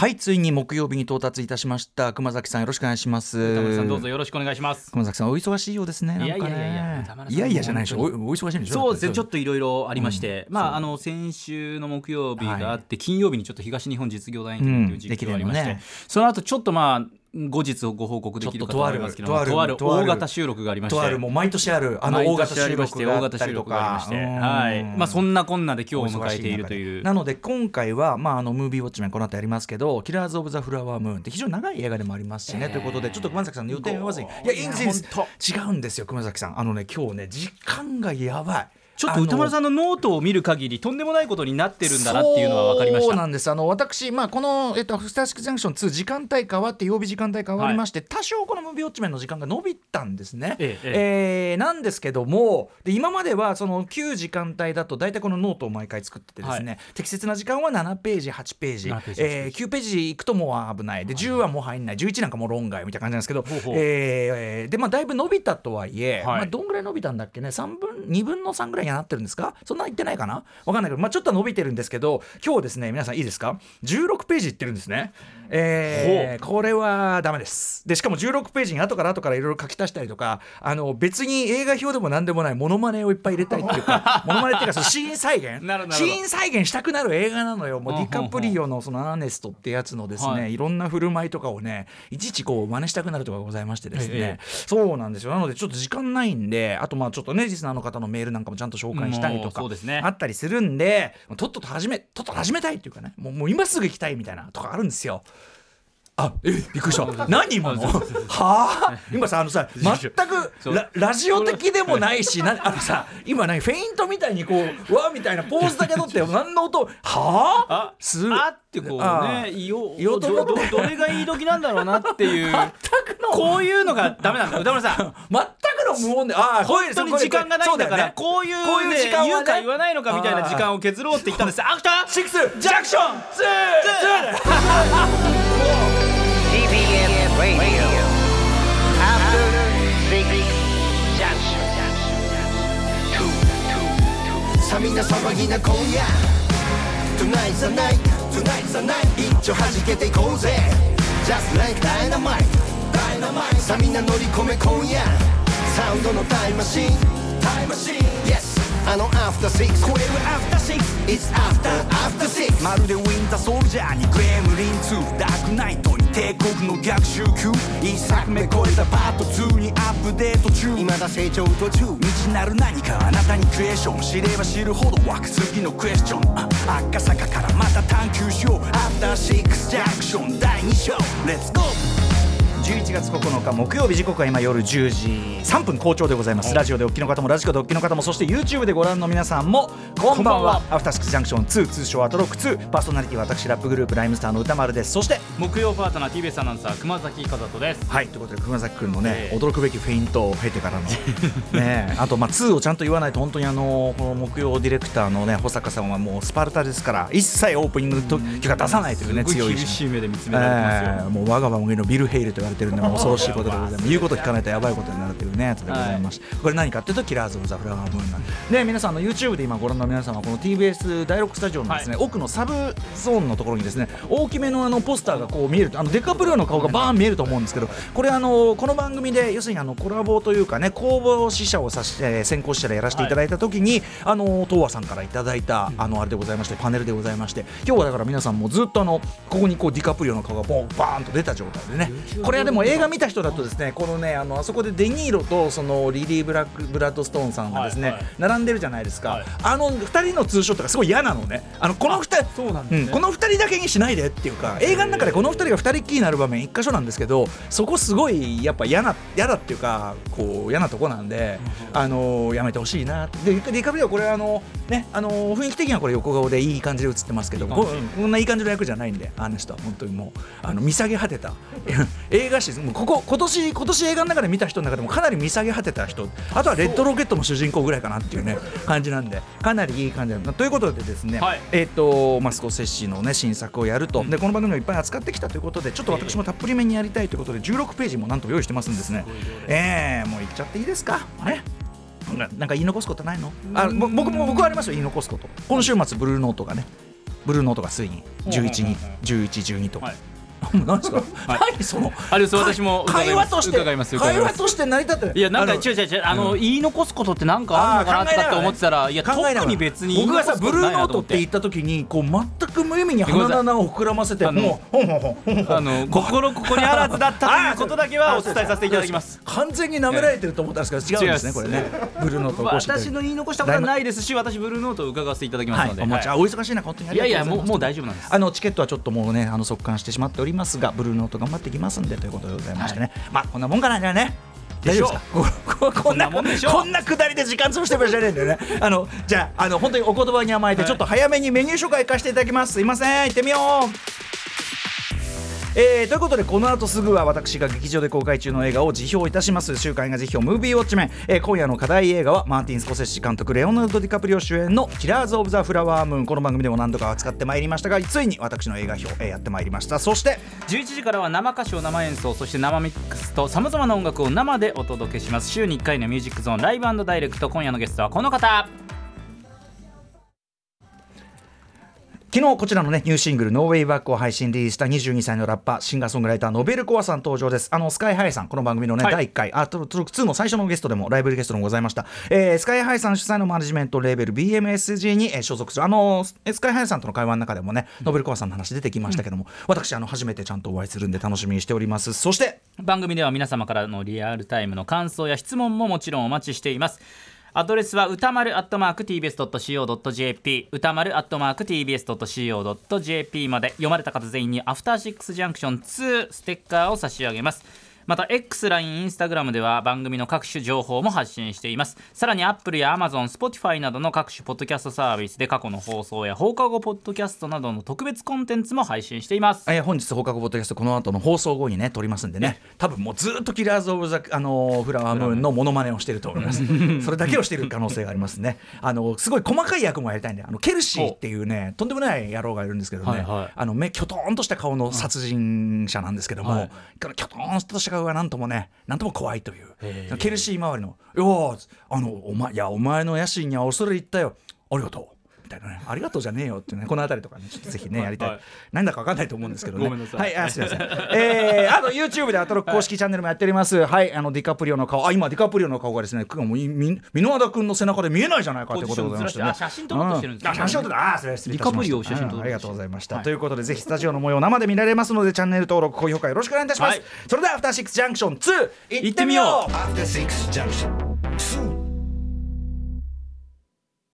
はい、ついに木曜日に到達いたしました。熊崎さん、よろしくお願いします。 歌丸さん、どうぞよろしくお願いします。 熊崎さん、お忙しいようですね。なんかね、いやいやじゃないでしょ。お忙しいんでしょ。 そうですね、ちょっといろいろありまして、先週の木曜日があって、金曜日にちょっと東日本実業団駅伝という実況がありまして、その後ちょっと後日ご報告できるかと思いますけど、とある大型収録がありまして、 とあるもう毎年ある大型収録があったりとか、 そんなこんなで今日を迎えているという。 なので今回はムービーウォッチメンこの後やりますけど、キラーズ・オブ・ザ・フラワームーンって非常に長い映画でもありますしね、ということでちょっと熊崎さんの予定合わずに、いやいいんです、違うんですよ熊崎さん、今日ね時間がやばい。 ちょっと歌丸さんのノートを見る限りとんでもないことになってるんだなっていうのは分かりました。 そうなんです。私、この、アフターシックスジャンクション2時間帯変わって曜日時間帯変わりまして、多少このムービーウォッチメンの時間が伸びたんですね、なんですけども、で今まではその旧時間帯だと大体このノートを毎回作っててですね、適切な時間は7ページ8ページ、9ページいくともう危ないで、10はもう入んない、11なんかもう論外みたいな感じなんですけど、でだいぶ伸びたとはいえ、どんぐらい伸びたんだっけね、2分の3ぐらいにはなってるんですか、そんな言ってないかな、分かんないけど、ちょっと伸びてるんですけど、今日ですね皆さんいいですか、16ページいってるんですね、これはダメです。でしかも16ページに後からいろいろ書き足したりとか、別に映画表でも何でもないモノマネをいっぱい入れたいっていうかモノマネっていうかそのシーン再現したくなる映画なのよ。もうディカプリオのそのアーネストってやつのですね、いろんな振る舞いとかをねいちいちこう真似したくなるとかございましてですね、そうなんですよ。なのでちょっと時間ないんで、あとちょっとねリスナーの方のメールなんかもちゃんと紹介したりとかあったりするんで、とっとと始めたいっていうかね、もう今すぐ行きたいみたいなとかあるんですよ。びっくりした何今のはあ今さ全くラジオ的でもないし今フェイントみたいにこうわみたいなポーズだけ取って何の音はあってこうねどれがいい時なんだろうなっていうこういうのがダメなんだ歌丸さん全くの無音で本当に時間がないんだからこういうね言うか言わないのかみたいな時間を削ろうって言ったんです。アフターシックスジャンクション TBS Radio After 6 Junction さあみんな騒ぎな今夜 Tonight's the night Tonight's the night 一丁弾けていこうぜ Just like Dynamite さあみんな乗り込め今夜サウンドのタイムマシン Yes After 6超える After 6 It's After 6 まるでウィンターソルジャーにグレムリン2ダークナイトに帝国の逆襲級1作目超えたパート2にアップデート中未だ成長途中未知なる何かあなたにクエスチョン知れば知るほど湧く次のクエスチョン赤坂からまた探求しよう After 6 Junction 第2章 Let's go 11月9日木曜日、時刻は今夜10時3分好調でございます。ラジオでお聞きの方もラジコでお聞きの方も、そして YouTube でご覧の皆さんもこんばんは。アフターシックスジャンクション2通称アトロック2、パーソナリティは私ラップグループライムスターの歌丸です。そして木曜パートナー TBS アナウンサー熊崎和人です。 はい、ということで熊崎くんのね、驚くべきフェイントを経てからのね、あと2をちゃんと言わないと本当にこの木曜ディレクターのね保坂さんはもうスパルタですから、一切オープニングとか出さないというね、強い厳しい目で見つめられてますよ。 もう我が番組のビル・ヘイルと言われてるんで恐ろしいことでございます。言うこと聞かないとやばいことになるというねやつでございまして、これ何かっていうとキラーズ・オブ・ザ・フラワームーンなんで、皆さんYouTube で今ご覧の皆さんはこの TBS 第6スタジオのですね、奥のサブゾーンのところにですね、大きめのポスターがこう見えると、デカプリオの顔がバーン見えると思うんですけど、これこの番組で要するにコラボというかね、公募試写を先行試写でやらせていただいた時に、東和さんからいただいたあれでございまして、パネルでございまして、今日はだから皆さんもずっとここにこうディカプリオの顔がバーンと出た状態でね、これはでも映画見た人だとですね、このねあそこでデニーロとそのリリー・ブラッドストーンさんがですね、並んでるじゃないですか、2人のツーショットがすごい嫌なのね。この2人だけにしないでっていうか、映画の中でこの2人が2人っきりになる場面1箇所なんですけど、そこすごいやっぱ嫌だっていうか、こう嫌なとこなんで、やめてほしいな。でディカプリオはこれ雰囲気的にはこれ横顔でいい感じで映ってますけど、こんないい感じの役じゃないんで、あの人は本当にもう見下げ果てた映画史、もう今年映画の中で見た人の中でもかなり見下げ果てた人、あとはレッドロケットの主人公ぐらいかなっていうね感じなんで、かなりいい感じなんだということでですね、スコセッシのね新作をやると、でこの番組をいっぱい扱ってきたということで、ちょっと私もたっぷりめにやりたいということで16ページもなんと用意してますんですね。もういっちゃっていいですかね。なんか言い残すことないの？僕はありますよ、言い残すこと。今週末ブルーノートがねブルーノートがついに11に11、12と、何ですか、何そのあれです、私も会話として伺います会話として成り立ってる。 いやなんか違う言い残すことってなんかあるのかなとかって思ってたら、いや特に別に僕がさブルーノートって言った時にこう全く無意味に鼻の穴を膨らませてもう心ここにあらずだったということだけはお伝えさせていただきます。 完全に舐められてると思ったんですけど違うんですねこれね。ブルーノート私の言い残したことはないですし、私ブルーノートを伺わせていただきますので、 お忙しいな本当にありがとうございます。 いやもう大丈夫なんです。 チケットはちょっともうね即完してしまっておりますが、ブルーノート頑張ってきますんでということでございましてね、こんなもんかなじゃあね。大丈夫ですかこんなくだりで時間潰してもじゃねえんだよね。じゃあ本当にお言葉に甘えてちょっと早めにメニュー紹介させていただきます。すいません、行ってみよう。ということでこの後すぐは私が劇場で公開中の映画を辞表いたします。週刊映画辞表ムービーウォッチメン、今夜の課題映画はマーティン・スコセッシ監督、レオナルド・ディカプリオ主演のキラーズ・オブ・ザ・フラワームーン。この番組でも何度か扱ってまいりましたが、ついに私の映画表、やってまいりました。そして 11時からは生歌唱、生演奏、そして生ミックスとさまざまな音楽を生でお届けします。週に1回のミュージックゾーンライブ&ダイレクト。今夜のゲストはこの方。 昨日こちらのねニューシングル「ノーウェイバック」を配信リリースした22歳のラッパーシンガーソングライターノベルコアさん登場です。スカイハイさん、この番組のね、第1回トロック2の最初のゲストでもライブゲストでもございました、スカイハイさん主催のマネジメントレーベル BMSG に、所属するスカイハイさんとの会話の中でもね、ノベルコアさんの話出てきましたけども、私初めてちゃんとお会いするんで楽しみにしております。そして番組では皆様からのリアルタイムの感想や質問ももちろんお待ちしています。アドレスは歌丸@tbs.co.jp 歌丸@tbs.co.jp まで。読まれた方全員にアフターシックスジャンクション2ステッカーを差し上げます。また X、LINE、Instagram では番組の各種情報も発信しています。さらに Apple や Amazon、Spotify などの各種ポッドキャストサービスで過去の放送や放課後ポッドキャストなどの特別コンテンツも配信しています。 本日放課後ポッドキャストこの後の放送後にね撮りますんでね、多分もうずっとキラーズ・オブ・ザ・フラワームーンのモノマネをしていると思います。それだけをしている可能性がありますね。すごい細かい役もやりたいんで、ケルシーっていうねとんでもない野郎がいるんですけどね、目キョトーンとした顔の殺人者なんですけども、キョトーンとした顔がなんとも怖いという、ケルシー周りのお前の野心には恐れ入ったよ、ありがとうみたいなね、ありがとうじゃねえよってね、このあたりとかねちょっとぜひねやりたい、なんだか分かんないと思うんですけどね。 ごめんなさい。 すいません。YouTube でアトロック公式チャンネルもやっております。ディカプリオの顔、今ディカプリオの顔がですね、箕輪田君の背中で見えないじゃないかということでございましてね。 写真撮ろうとしてるんですか。 写真撮って失礼いたしました。 ディカプリオ写真撮ろう。 ありがとうございました。ということでぜひスタジオの模様を生で見られますので、チャンネル登録高評価よろしくお願いいたします。それではアフターシックスジャンクション2行ってみよう。 アフターシックスジャンクション